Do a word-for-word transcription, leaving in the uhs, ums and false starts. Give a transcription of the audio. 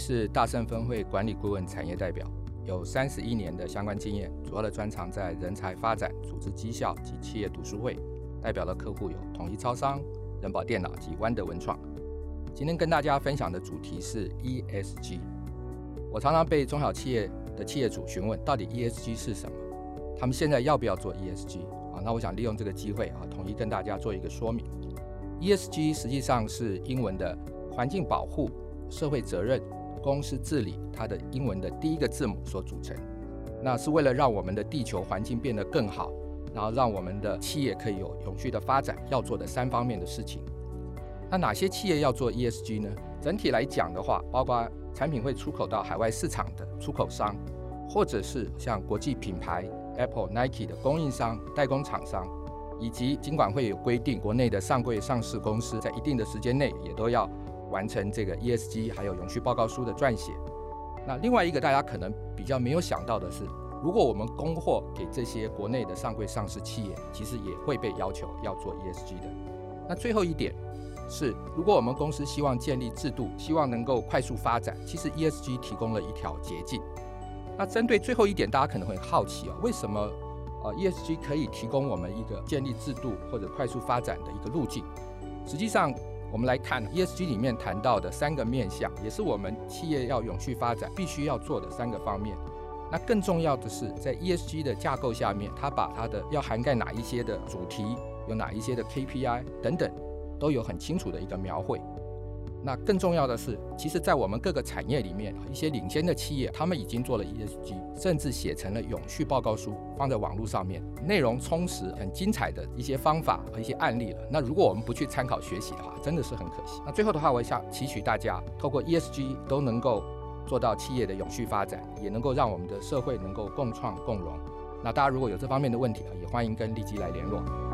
是大盛分会管理顾问产业代表，有三十一年的相关经验，主要的专长在人才发展、组织绩效及企业读书会，代表的客户有统一超商、人保电脑及湾德文创。今天跟大家分享的主题是 E S G。我常常被中小企业的企业主询问，到底 E S G 是什么？他们现在要不要做 E S G？ 啊，那我想利用这个机会啊，统一跟大家做一个说明。E S G 实际上是英文的环境保护、社会责任、公司治理，它的英文的第一个字母所组成。那是为了让我们的地球环境变得更好，然后让我们的企业可以有永续的发展，要做的三方面的事情。那哪些企业要做 E S G 呢？整体来讲的话，包括产品会出口到海外市场的出口商，或者是像国际品牌 Apple、Nike 的供应商、代工厂商，以及尽管会有规定，国内的上柜上市公司在一定的时间内也都要完成这个 E S G 还有永续报告书的撰写。那另外一个大家可能比较没有想到的是，如果我们供货给这些国内的上柜上市企业，其实也会被要求要做 E S G 的。那最后一点是，如果我们公司希望建立制度，希望能够快速发展，其实 E S G 提供了一条捷径。那针对最后一点，大家可能会好奇哦，为什么呃 E S G 可以提供我们一个建立制度或者快速发展的一个路径？实际上，我们来看 E S G 里面谈到的三个面向，也是我们企业要永续发展必须要做的三个方面。那更重要的是，在 E S G 的架构下面，它把它的要涵盖哪一些的主题，有哪一些的 K P I 等等，都有很清楚的一个描绘。那更重要的是，其实在我们各个产业里面，一些领先的企业，他们已经做了 E S G， 甚至写成了永续报告书，放在网络上面，内容充实、很精彩的一些方法和一些案例了。那如果我们不去参考学习的话，真的是很可惜。那最后的话，我想期许大家，透过 E S G 都能够做到企业的永续发展，也能够让我们的社会能够共创共荣。那大家如果有这方面的问题，也欢迎跟立基来联络。